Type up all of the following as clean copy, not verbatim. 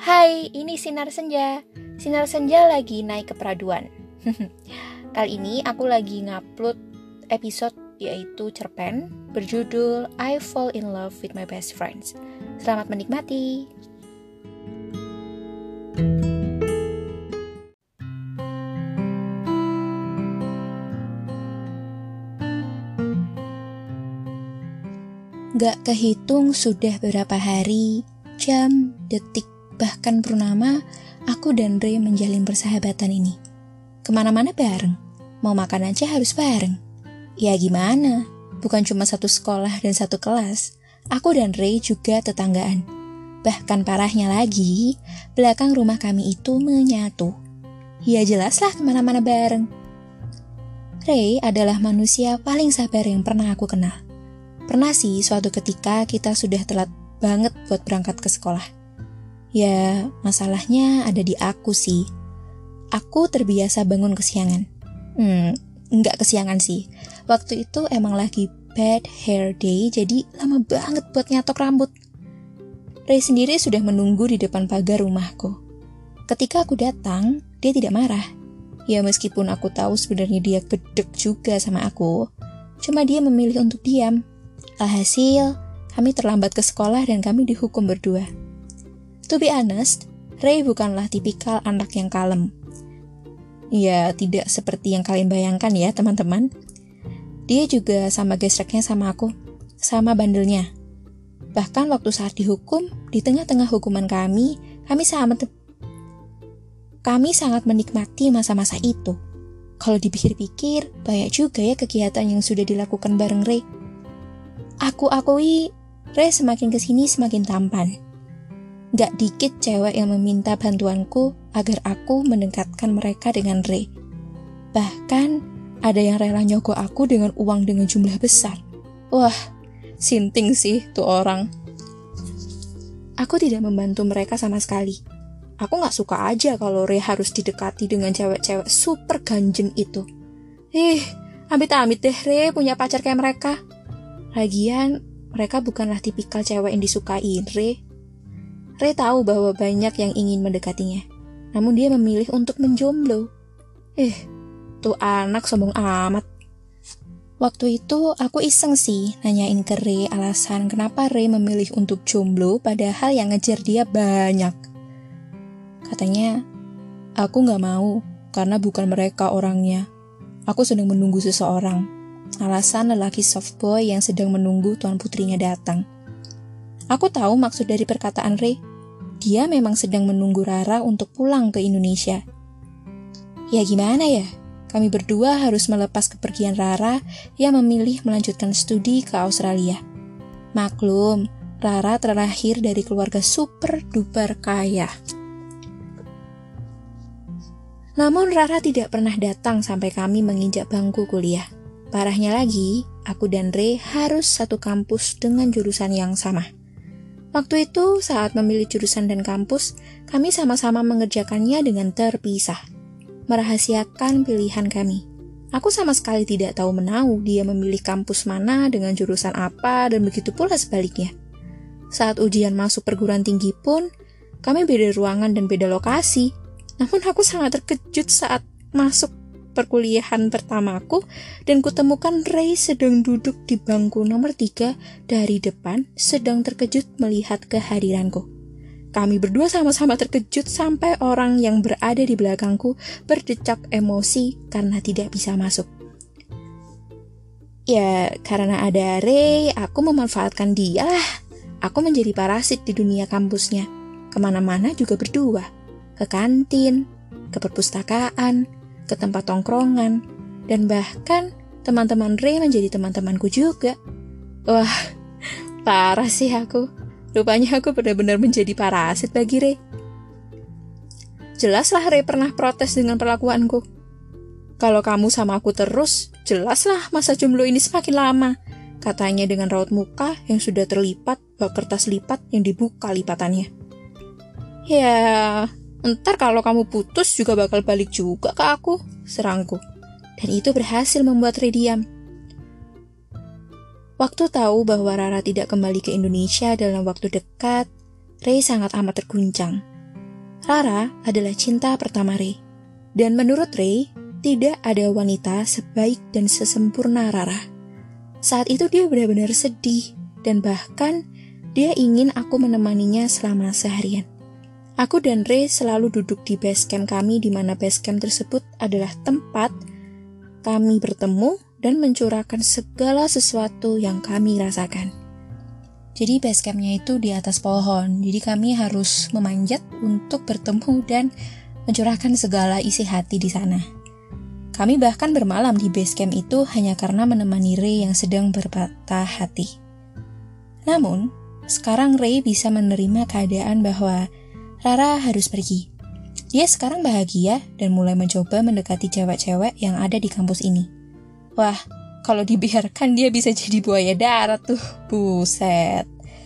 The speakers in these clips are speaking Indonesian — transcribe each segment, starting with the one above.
Hai, ini Sinar Senja. Sinar Senja lagi naik ke peraduan. Kali ini aku lagi ngupload episode yaitu cerpen berjudul I Fall in Love with My Best Friends. Selamat menikmati. Gak kehitung sudah berapa hari, jam, detik, bahkan purnama, aku dan Ray menjalin persahabatan ini. Kemana-mana bareng, mau makan aja harus bareng. Ya gimana, bukan cuma satu sekolah dan satu kelas, aku dan Ray juga tetanggaan. Bahkan parahnya lagi, belakang rumah kami itu menyatu. Ya jelaslah kemana-mana bareng. Ray adalah manusia paling sabar yang pernah aku kenal. Pernah sih suatu ketika kita sudah telat banget buat berangkat ke sekolah. Ya, masalahnya ada di aku sih. Aku terbiasa bangun kesiangan. Enggak kesiangan sih. Waktu itu emang lagi bad hair day, jadi lama banget buat nyatok rambut. Ray sendiri sudah menunggu di depan pagar rumahku. Ketika aku datang, dia tidak marah. Ya meskipun aku tahu sebenarnya dia gedek juga sama aku, cuma dia memilih untuk diam. Alhasil, kami terlambat ke sekolah dan kami dihukum berdua. To be honest, Ray bukanlah tipikal anak yang kalem. Ya, tidak seperti yang kalian bayangkan ya, teman-teman. Dia juga sama gesreknya sama aku, sama bandelnya. Bahkan waktu saat dihukum, di tengah-tengah hukuman kami sangat menikmati masa-masa itu. Kalau dipikir-pikir, banyak juga ya kegiatan yang sudah dilakukan bareng Ray. Aku akui, Ray semakin kesini semakin tampan. Gak dikit cewek yang meminta bantuanku agar aku mendekatkan mereka dengan Ray. Bahkan, ada yang rela nyogok aku dengan uang dengan jumlah besar. Wah, sinting sih tuh orang. Aku tidak membantu mereka sama sekali. Aku gak suka aja kalau Ray harus didekati dengan cewek-cewek super ganjen itu. Amit-amit deh Ray punya pacar kayak mereka. Lagian, mereka bukanlah tipikal cewek yang disukai Ray. Ray tahu bahwa banyak yang ingin mendekatinya, namun dia memilih untuk menjomblo. Tuh anak sombong amat. Waktu itu aku iseng sih nanyain ke Ray alasan kenapa Ray memilih untuk jomblo padahal yang ngejar dia banyak. Katanya, aku gak mau karena bukan mereka orangnya. Aku sedang menunggu seseorang. Alasan lelaki softboy yang sedang menunggu tuan putrinya datang. Aku tahu maksud dari perkataan Ray. Dia memang sedang menunggu Rara untuk pulang ke Indonesia. Ya gimana ya? Kami berdua harus melepas kepergian Rara yang memilih melanjutkan studi ke Australia. Maklum, Rara terlahir dari keluarga super duper kaya. Namun Rara tidak pernah datang sampai kami menginjak bangku kuliah. Parahnya lagi, aku dan Ray harus satu kampus dengan jurusan yang sama. Waktu itu, saat memilih jurusan dan kampus, kami sama-sama mengerjakannya dengan terpisah. Merahasiakan pilihan kami. Aku sama sekali tidak tahu menahu dia memilih kampus mana dengan jurusan apa dan begitu pula sebaliknya. Saat ujian masuk perguruan tinggi pun, kami beda ruangan dan beda lokasi. Namun aku sangat terkejut saat masuk perkuliahan pertamaku dan kutemukan Ray sedang duduk di bangku nomor 3 dari depan sedang terkejut melihat kehadiranku. Kami berdua sama-sama terkejut sampai orang yang berada di belakangku berdecak emosi karena tidak bisa masuk. Ya, karena ada Ray, aku memanfaatkan dia lah. Aku menjadi parasit di dunia kampusnya. Kemana-mana juga berdua. Ke kantin, ke perpustakaan, ke tempat tongkrongan, dan bahkan teman-teman Ray menjadi teman-temanku juga. Wah, parah sih aku. Rupanya aku benar-benar menjadi parasit bagi Ray. Jelaslah Ray pernah protes dengan perlakuanku. Kalau kamu sama aku terus, jelaslah masa jomblo ini semakin lama, katanya dengan raut muka yang sudah terlipat bak kertas lipat yang dibuka lipatannya. Ya, ntar kalau kamu putus juga bakal balik juga ke aku, serangku. Dan itu berhasil membuat Ray diam. Waktu tahu bahwa Rara tidak kembali ke Indonesia dalam waktu dekat, Ray sangat amat terguncang. Rara adalah cinta pertama Ray. Dan menurut Ray, tidak ada wanita sebaik dan sesempurna Rara. Saat itu dia benar-benar sedih, dan bahkan dia ingin aku menemaninya selama seharian. Aku dan Ray selalu duduk di base camp kami, di mana base camp tersebut adalah tempat kami bertemu dan mencurahkan segala sesuatu yang kami rasakan. Jadi base campnya itu di atas pohon, jadi kami harus memanjat untuk bertemu dan mencurahkan segala isi hati di sana. Kami bahkan bermalam di base camp itu hanya karena menemani Ray yang sedang berpatah hati. Namun, sekarang Ray bisa menerima keadaan bahwa Rara harus pergi. Dia sekarang bahagia dan mulai mencoba mendekati cewek-cewek yang ada di kampus ini. Wah, kalau dibiarkan dia bisa jadi buaya darat tuh, buset.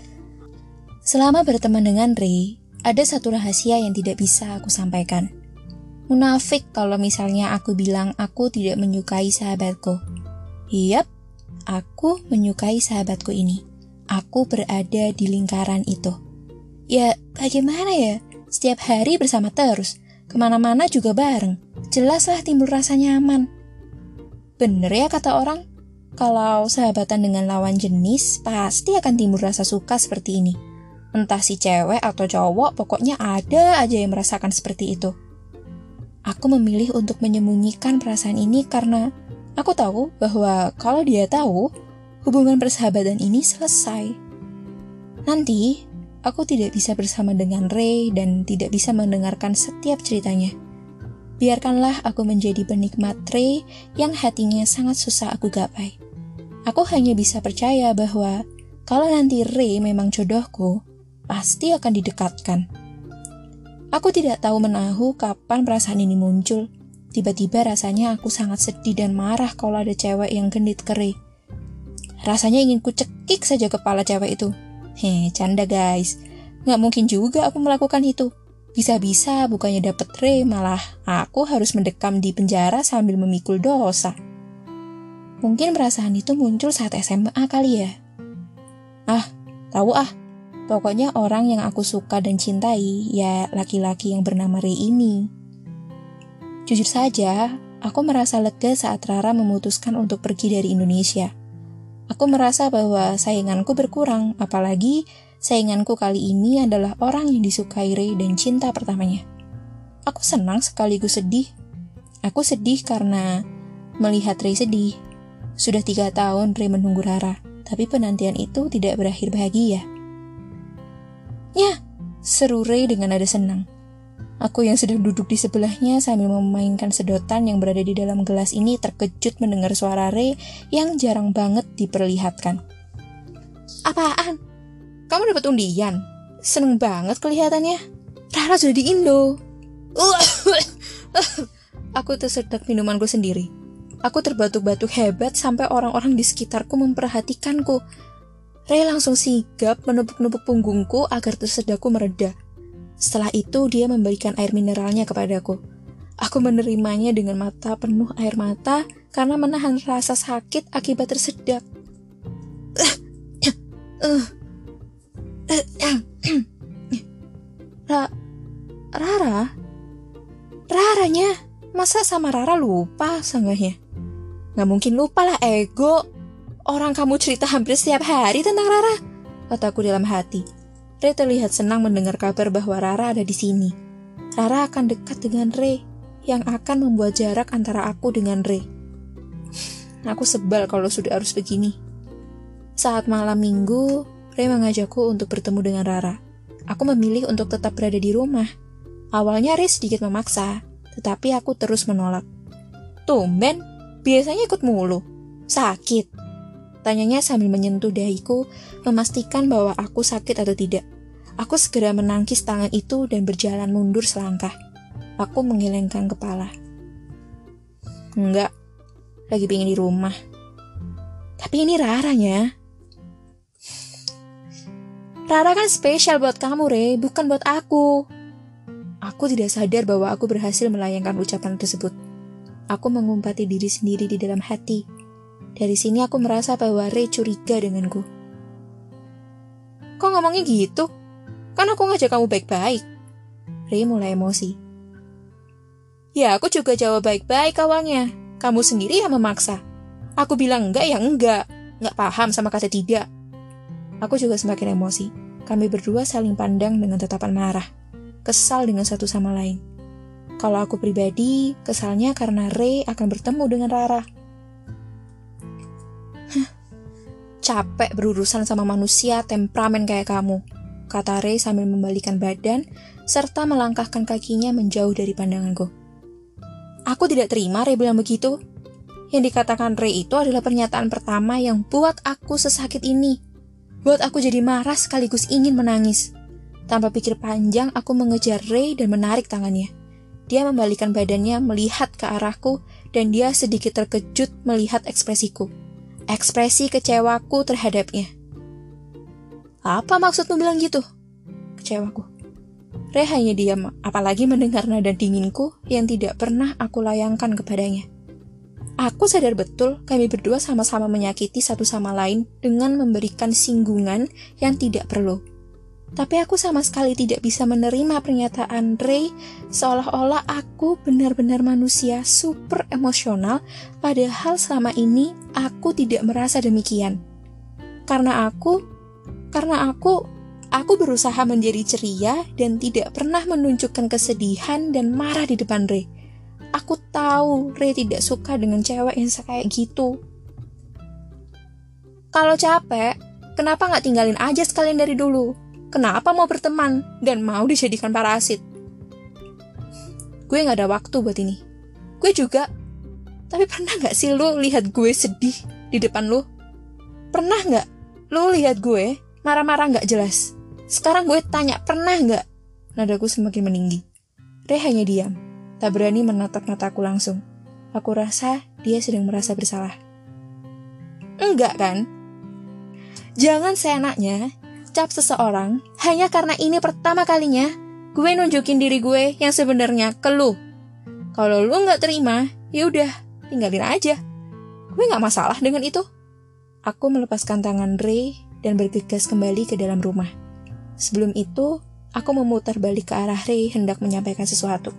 Selama berteman dengan Ray, ada satu rahasia yang tidak bisa aku sampaikan. Munafik kalau misalnya aku bilang aku tidak menyukai sahabatku. Yap, aku menyukai sahabatku ini. Aku berada di lingkaran itu. Ya, bagaimana ya? Setiap hari bersama terus, kemana-mana juga bareng. Jelaslah timbul rasa nyaman. Bener ya kata orang, kalau sahabatan dengan lawan jenis, pasti akan timbul rasa suka seperti ini. Entah si cewek atau cowok, pokoknya ada aja yang merasakan seperti itu. Aku memilih untuk menyembunyikan perasaan ini karena aku tahu bahwa kalau dia tahu, hubungan persahabatan ini selesai. Nanti, aku tidak bisa bersama dengan Ray dan tidak bisa mendengarkan setiap ceritanya. Biarkanlah aku menjadi penikmat Ray yang hatinya sangat susah aku gapai. Aku hanya bisa percaya bahwa kalau nanti Ray memang jodohku, pasti akan didekatkan. Aku tidak tahu menahu kapan perasaan ini muncul. Tiba-tiba rasanya aku sangat sedih dan marah kalau ada cewek yang genit ke Ray. Rasanya ingin ku cekik saja kepala cewek itu. Canda guys. Nggak mungkin juga aku melakukan itu. Bisa-bisa bukannya dapet Ray, malah aku harus mendekam di penjara sambil memikul dosa. Mungkin perasaan itu muncul saat SMA kali ya. Tahu pokoknya orang yang aku suka dan cintai, ya laki-laki yang bernama Ray ini. Jujur saja, aku merasa lega saat Rara memutuskan untuk pergi dari Indonesia. Aku merasa bahwa sainganku berkurang, apalagi sainganku kali ini adalah orang yang disukai Ray dan cinta pertamanya. Aku senang sekaligus sedih. Aku sedih karena melihat Ray sedih. Sudah 3 tahun Ray menunggu Rara, tapi penantian itu tidak berakhir bahagia. Ya, seru Ray dengan nada senang. Aku yang sedang duduk di sebelahnya sambil memainkan sedotan yang berada di dalam gelas ini terkejut mendengar suara Ray yang jarang banget diperlihatkan. Apaan? Kamu dapat undian? Seneng banget kelihatannya. Rara sudah di Indo. Aku tersedak minumanku sendiri. Aku terbatuk-batuk hebat sampai orang-orang di sekitarku memperhatikanku. Ray langsung sigap menepuk-nepuk punggungku agar tersedakku mereda. Setelah itu dia memberikan air mineralnya kepadaku. Aku menerimanya dengan mata penuh air mata karena menahan rasa sakit akibat tersedak. Raranya? Masa sama Rara lupa sanggahnya? Gak mungkin lupa lah, ego. Orang kamu cerita hampir setiap hari tentang Rara, kataku dalam hati. Ray terlihat senang mendengar kabar bahwa Rara ada di sini. Rara akan dekat dengan Ray, yang akan membuat jarak antara aku dengan Ray. Aku sebal kalau sudah harus begini. Saat malam minggu, Ray mengajakku untuk bertemu dengan Rara. Aku memilih untuk tetap berada di rumah. Awalnya Ray sedikit memaksa, tetapi aku terus menolak. Tumben, biasanya ikut mulu. Sakit? Tanyanya sambil menyentuh dahiku, memastikan bahwa aku sakit atau tidak. Aku segera menangkis tangan itu dan berjalan mundur selangkah. Aku menggelengkan kepala. Enggak, lagi pingin di rumah. Tapi ini Raranya. Rara kan spesial buat kamu, Ray, bukan buat aku. Aku tidak sadar bahwa aku berhasil melayangkan ucapan tersebut. Aku mengumpati diri sendiri di dalam hati. Dari sini aku merasa bahwa Ray curiga denganku. Kok ngomongnya gitu? Kan aku ngajak kamu baik-baik. Ray mulai emosi. Ya, aku juga jawab baik-baik awalnya. Kamu sendiri yang memaksa. Aku bilang enggak ya enggak. Enggak paham sama kata tidak. Aku juga semakin emosi. Kami berdua saling pandang dengan tatapan marah. Kesal dengan satu sama lain. Kalau aku pribadi, kesalnya karena Ray akan bertemu dengan Rara. Capek berurusan sama manusia temperamen kayak kamu, kata Ray sambil membalikan badan, serta melangkahkan kakinya menjauh dari pandanganku. Aku tidak terima Ray bilang begitu. Yang dikatakan Ray itu adalah pernyataan pertama yang buat aku sesakit ini. Buat aku jadi marah sekaligus ingin menangis. Tanpa pikir panjang, aku mengejar Ray dan menarik tangannya. Dia membalikan badannya melihat ke arahku dan dia sedikit terkejut melihat ekspresiku. Ekspresi kecewaku terhadapnya. Apa maksudmu bilang gitu? Kecewaku. Ray hanya diam, apalagi mendengar nada dinginku yang tidak pernah aku layangkan kepadanya. Aku sadar betul kami berdua sama-sama menyakiti satu sama lain dengan memberikan singgungan yang tidak perlu. Tapi aku sama sekali tidak bisa menerima pernyataan Ray seolah-olah aku benar-benar manusia super emosional, padahal selama ini aku tidak merasa demikian. Karena aku berusaha menjadi ceria dan tidak pernah menunjukkan kesedihan dan marah di depan Ray. Aku tahu Ray tidak suka dengan cewek yang kayak gitu. Kalau capek, kenapa nggak tinggalin aja sekalian dari dulu? Kenapa mau berteman dan mau dijadikan parasit? Gue nggak ada waktu buat ini. Gue juga. Tapi pernah nggak sih lu lihat gue sedih di depan lu? Pernah nggak lu lihat gue marah-marah nggak jelas? Sekarang gue tanya, pernah nggak? Nadaku semakin meninggi. Ray hanya diam, tak berani menatap mataku langsung. Aku rasa dia sedang merasa bersalah. Enggak kan? Jangan seenaknya cap seseorang hanya karena ini pertama kalinya gue nunjukin diri gue yang sebenarnya ke lu. Kalau lu nggak terima, ya udah tinggalin aja. Gue nggak masalah dengan itu. Aku melepaskan tangan Ray dan bergegas kembali ke dalam rumah. Sebelum itu, aku memutar balik ke arah Ray hendak menyampaikan sesuatu.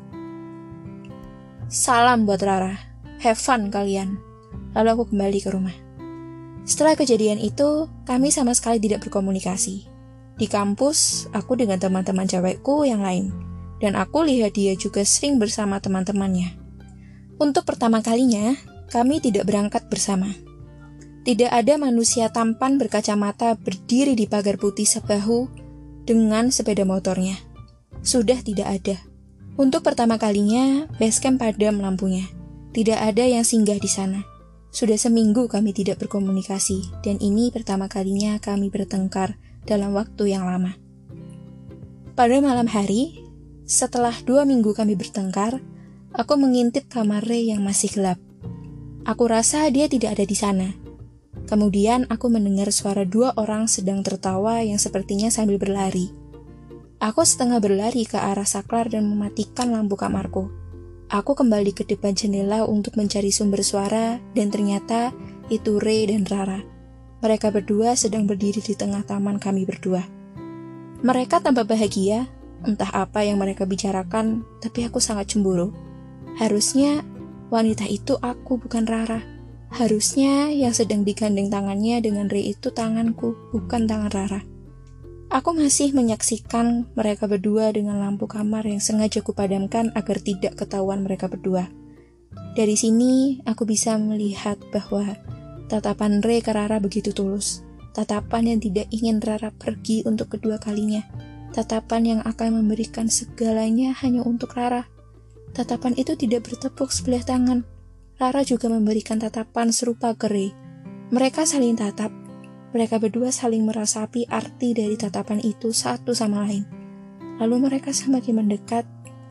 Salam buat Rara, have fun kalian. Lalu aku kembali ke rumah. Setelah kejadian itu, kami sama sekali tidak berkomunikasi. Di kampus, aku dengan teman-teman cewekku yang lain. Dan aku lihat dia juga sering bersama teman-temannya. Untuk pertama kalinya, kami tidak berangkat bersama. Tidak ada manusia tampan berkacamata berdiri di pagar putih sebahu dengan sepeda motornya. Sudah tidak ada. Untuk pertama kalinya, basecamp padam lampunya. Tidak ada yang singgah di sana. Sudah seminggu kami tidak berkomunikasi, dan ini pertama kalinya kami bertengkar dalam waktu yang lama. Pada malam hari, setelah 2 minggu kami bertengkar, aku mengintip kamar Ray yang masih gelap. Aku rasa dia tidak ada di sana. Kemudian aku mendengar suara 2 orang sedang tertawa yang sepertinya sambil berlari. Aku setengah berlari ke arah saklar dan mematikan lampu kamarku. Aku kembali ke depan jendela untuk mencari sumber suara dan ternyata itu Ray dan Rara. Mereka berdua sedang berdiri di tengah taman kami berdua. Mereka tampak bahagia, entah apa yang mereka bicarakan, tapi aku sangat cemburu. Harusnya wanita itu aku bukan Rara. Harusnya yang sedang digandeng tangannya dengan Ray itu tanganku, bukan tangan Rara. Aku masih menyaksikan mereka berdua dengan lampu kamar yang sengaja kupadamkan agar tidak ketahuan mereka berdua. Dari sini, aku bisa melihat bahwa tatapan Ray ke Rara begitu tulus. Tatapan yang tidak ingin Rara pergi untuk kedua kalinya. Tatapan yang akan memberikan segalanya hanya untuk Rara. Tatapan itu tidak bertepuk sebelah tangan. Rara juga memberikan tatapan serupa ke Ray. Mereka saling tatap. Mereka berdua saling merasapi arti dari tatapan itu satu sama lain. Lalu mereka semakin mendekat.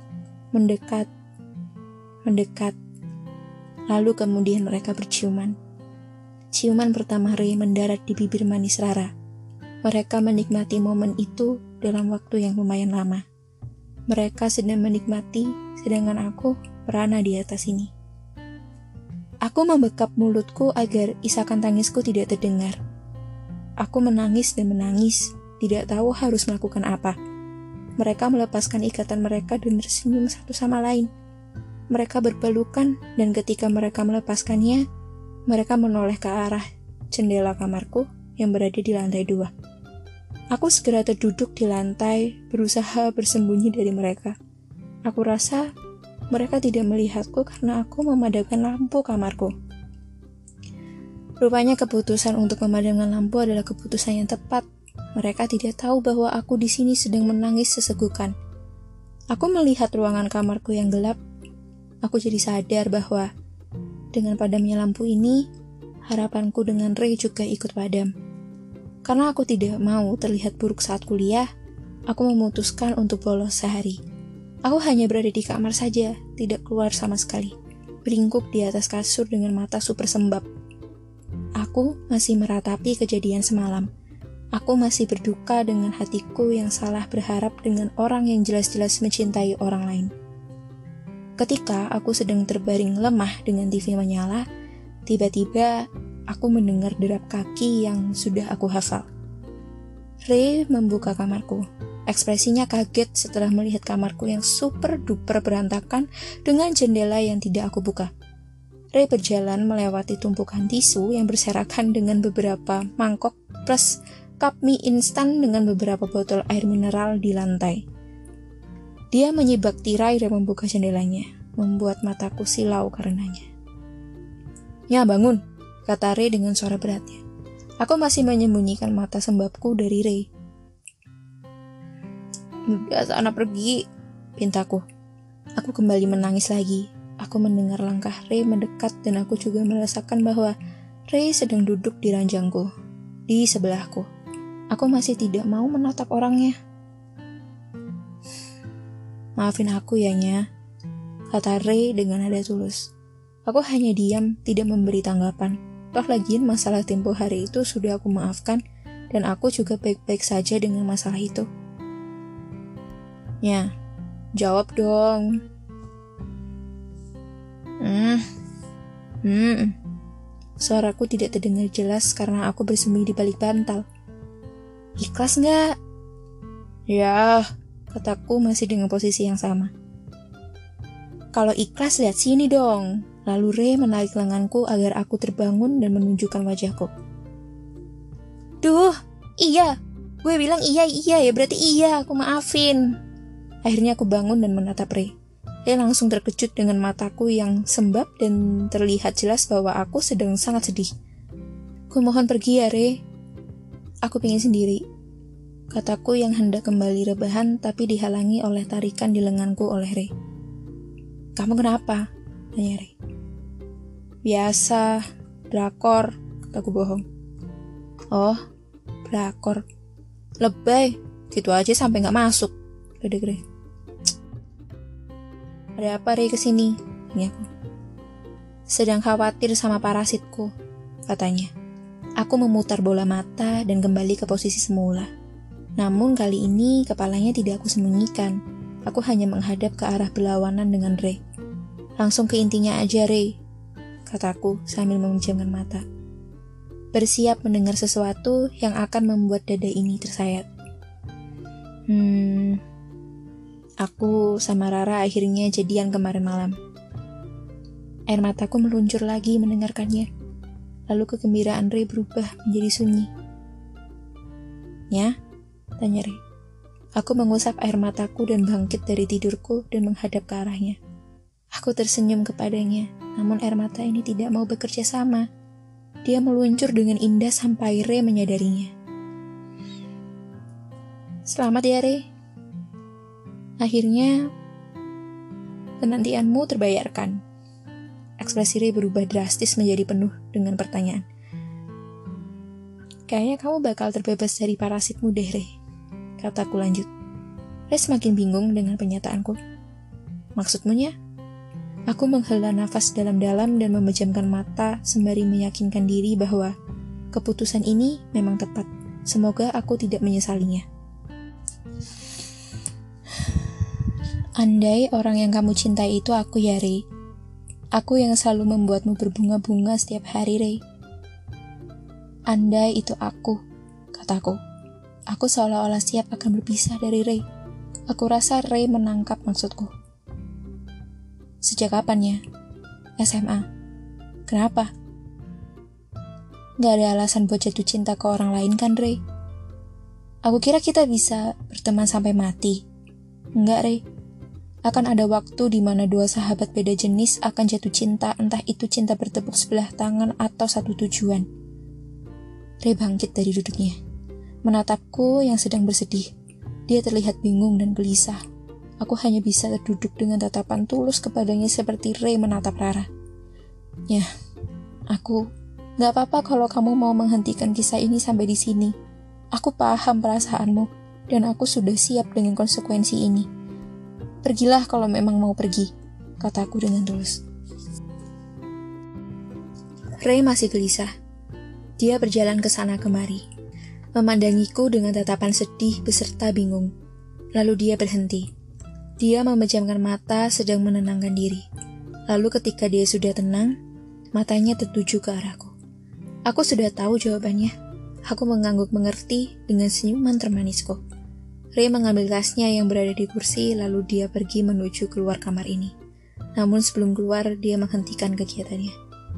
Lalu kemudian mereka berciuman. Ciuman pertama Ray mendarat di bibir manis Rara. Mereka menikmati momen itu dalam waktu yang lumayan lama. Mereka sedang menikmati, sedangkan aku merana di atas ini. Aku membekap mulutku agar isakan tangisku tidak terdengar. Aku menangis dan menangis, tidak tahu harus melakukan apa. Mereka melepaskan ikatan mereka dan tersenyum satu sama lain. Mereka berpelukan, dan ketika mereka melepaskannya, mereka menoleh ke arah jendela kamarku yang berada di lantai 2. Aku segera terduduk di lantai, berusaha bersembunyi dari mereka. Aku rasa mereka tidak melihatku karena aku memadamkan lampu kamarku. Rupanya keputusan untuk memadamkan lampu adalah keputusan yang tepat. Mereka tidak tahu bahwa aku di sini sedang menangis sesegukan. Aku melihat ruangan kamarku yang gelap. Aku jadi sadar bahwa dengan padamnya lampu ini, harapanku dengan Ray juga ikut padam. Karena aku tidak mau terlihat buruk saat kuliah, aku memutuskan untuk bolos sehari. Aku hanya berada di kamar saja, tidak keluar sama sekali. Beringkuk di atas kasur dengan mata super sembab. Aku masih meratapi kejadian semalam. Aku masih berduka dengan hatiku yang salah berharap dengan orang yang jelas-jelas mencintai orang lain. Ketika aku sedang terbaring lemah dengan TV menyala, tiba-tiba aku mendengar derap kaki yang sudah aku hafal. Ray membuka kamarku. Ekspresinya kaget setelah melihat kamarku yang super duper berantakan dengan jendela yang tidak aku buka. Ray berjalan melewati tumpukan tisu yang berserakan dengan beberapa mangkok plus cup mie instan dengan beberapa botol air mineral di lantai. Dia menyibak tirai dan membuka jendelanya, membuat mataku silau karenanya. "Ya, bangun," kata Ray dengan suara beratnya. Aku masih menyembunyikan mata sembabku dari Ray. "Udah sana pergi," pintaku. Aku kembali menangis lagi. Aku mendengar langkah Ray mendekat dan aku juga merasakan bahwa Ray sedang duduk di ranjangku, di sebelahku. Aku masih tidak mau menatap orangnya. "Maafin aku ya, Nya," kata Ray dengan nada tulus. Aku hanya diam, tidak memberi tanggapan. Toh lagian masalah tempo hari itu sudah aku maafkan dan aku juga baik-baik saja dengan masalah itu. "Nya, jawab dong." Suaraku tidak terdengar jelas karena aku bersembunyi di balik bantal. "Ikhlas nggak?" "Ya," kataku masih dengan posisi yang sama. "Kalau ikhlas lihat sini dong." Lalu Ray menarik lenganku agar aku terbangun dan menunjukkan wajahku. "Duh, iya. Gue bilang iya ya berarti iya, aku maafin." Akhirnya aku bangun dan menatap Ray. Dia langsung terkejut dengan mataku yang sembab dan terlihat jelas bahwa aku sedang sangat sedih. "Ku mohon pergi ya, Ray. Aku pengen sendiri," kataku yang hendak kembali rebahan tapi dihalangi oleh tarikan di lenganku oleh Ray. "Kamu kenapa?" tanya Ray. "Biasa, drakor," kataku bohong. "Oh, drakor. Lebay, gitu aja sampai gak masuk," ledek Ray. "Ada apa Ray kesini?" tanyaku. "Sedang khawatir sama parasitku," katanya. Aku memutar bola mata dan kembali ke posisi semula. Namun kali ini kepalanya tidak aku sembunyikan. Aku hanya menghadap ke arah berlawanan dengan Ray. "Langsung ke intinya aja, Ray," kataku sambil memejamkan mata. Bersiap mendengar sesuatu yang akan membuat dada ini tersayat. Aku sama Rara akhirnya jadian kemarin malam. Air mataku meluncur lagi mendengarkannya. Lalu kegembiraan Ray berubah menjadi sunyi. "Ya?" tanya Ray. Aku mengusap air mataku dan bangkit dari tidurku dan menghadap ke arahnya. Aku tersenyum kepadanya, namun air mata ini tidak mau bekerja sama. Dia meluncur dengan indah sampai Ray menyadarinya. "Selamat ya, Ray. Akhirnya, penantianmu terbayarkan." Ekspresi Ray berubah drastis menjadi penuh dengan pertanyaan. "Kayaknya kamu bakal terbebas dari parasitmu deh, Ray," kataku lanjut. Ray semakin bingung dengan pernyataanku. "Maksudmu, Nya?" Aku menghela nafas dalam-dalam dan memejamkan mata sembari meyakinkan diri bahwa keputusan ini memang tepat. Semoga aku tidak menyesalinya. "Andai orang yang kamu cintai itu aku ya, Ray. Aku yang selalu membuatmu berbunga-bunga setiap hari, Ray. Andai itu aku," kataku. Aku seolah-olah siap akan berpisah dari Ray. Aku rasa Ray menangkap maksudku. Sejak kapan ya? SMA. Kenapa? Gak ada alasan buat jatuh cinta ke orang lain kan, Ray? Aku kira kita bisa berteman sampai mati. Enggak, Ray. Akan ada waktu di mana dua sahabat beda jenis akan jatuh cinta, entah itu cinta bertepuk sebelah tangan atau satu tujuan. Ray bangkit dari duduknya, menatapku yang sedang bersedih. Dia terlihat bingung dan gelisah. Aku hanya bisa duduk dengan tatapan tulus kepadanya seperti Ray menatap Rara. Ya, aku gak apa-apa kalau kamu mau menghentikan kisah ini sampai di sini. Aku paham perasaanmu, dan aku sudah siap dengan konsekuensi ini. Pergilah kalau memang mau pergi, kataku dengan tulus. Ray masih gelisah. Dia berjalan ke sana kemari, memandangiku dengan tatapan sedih beserta bingung. Lalu dia berhenti. Dia memejamkan mata sedang menenangkan diri. Lalu ketika dia sudah tenang, matanya tertuju ke arahku. Aku sudah tahu jawabannya. Aku mengangguk mengerti dengan senyuman termanisku. Ray mengambil tasnya yang berada di kursi, lalu dia pergi menuju keluar kamar ini. Namun sebelum keluar, dia menghentikan kegiatannya.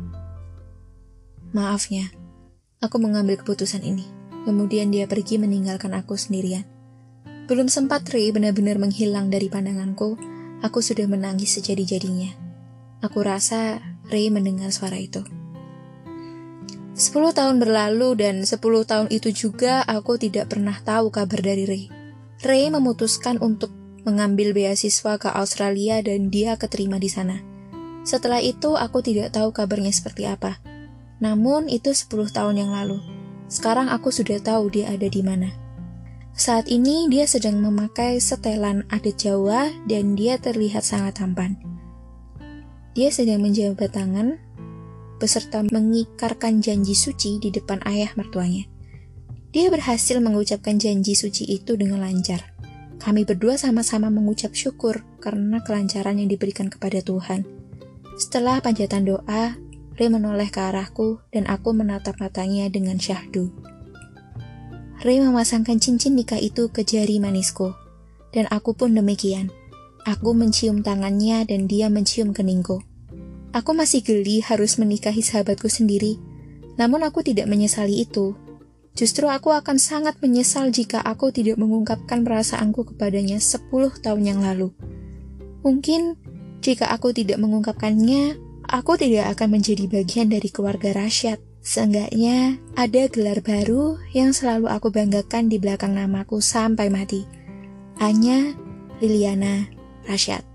Maafnya, aku mengambil keputusan ini. Kemudian dia pergi meninggalkan aku sendirian. Belum sempat Ray benar-benar menghilang dari pandanganku, aku sudah menangis sejadi-jadinya. Aku rasa Ray mendengar suara itu. 10 tahun berlalu dan 10 tahun itu juga aku tidak pernah tahu kabar dari Ray. Ray memutuskan untuk mengambil beasiswa ke Australia dan dia keterima di sana. Setelah itu aku tidak tahu kabarnya seperti apa. Namun itu 10 tahun yang lalu. Sekarang aku sudah tahu dia ada di mana. Saat ini dia sedang memakai setelan adat Jawa dan dia terlihat sangat tampan. Dia sedang menjabat tangan beserta mengikarkan janji suci di depan ayah mertuanya. Dia berhasil mengucapkan janji suci itu dengan lancar. Kami berdua sama-sama mengucap syukur karena kelancaran yang diberikan kepada Tuhan. Setelah panjatan doa, Ray menoleh ke arahku dan aku menatap matanya dengan syahdu. Ray memasangkan cincin nikah itu ke jari manisku, dan aku pun demikian. Aku mencium tangannya dan dia mencium keningku. Aku masih geli harus menikahi sahabatku sendiri, namun aku tidak menyesali itu. Justru aku akan sangat menyesal jika aku tidak mengungkapkan perasaanku kepadanya 10 tahun yang lalu. Mungkin jika aku tidak mengungkapkannya, aku tidak akan menjadi bagian dari keluarga Rasyad. Seenggaknya ada gelar baru yang selalu aku banggakan di belakang namaku sampai mati. Anya Liliana Rasyad.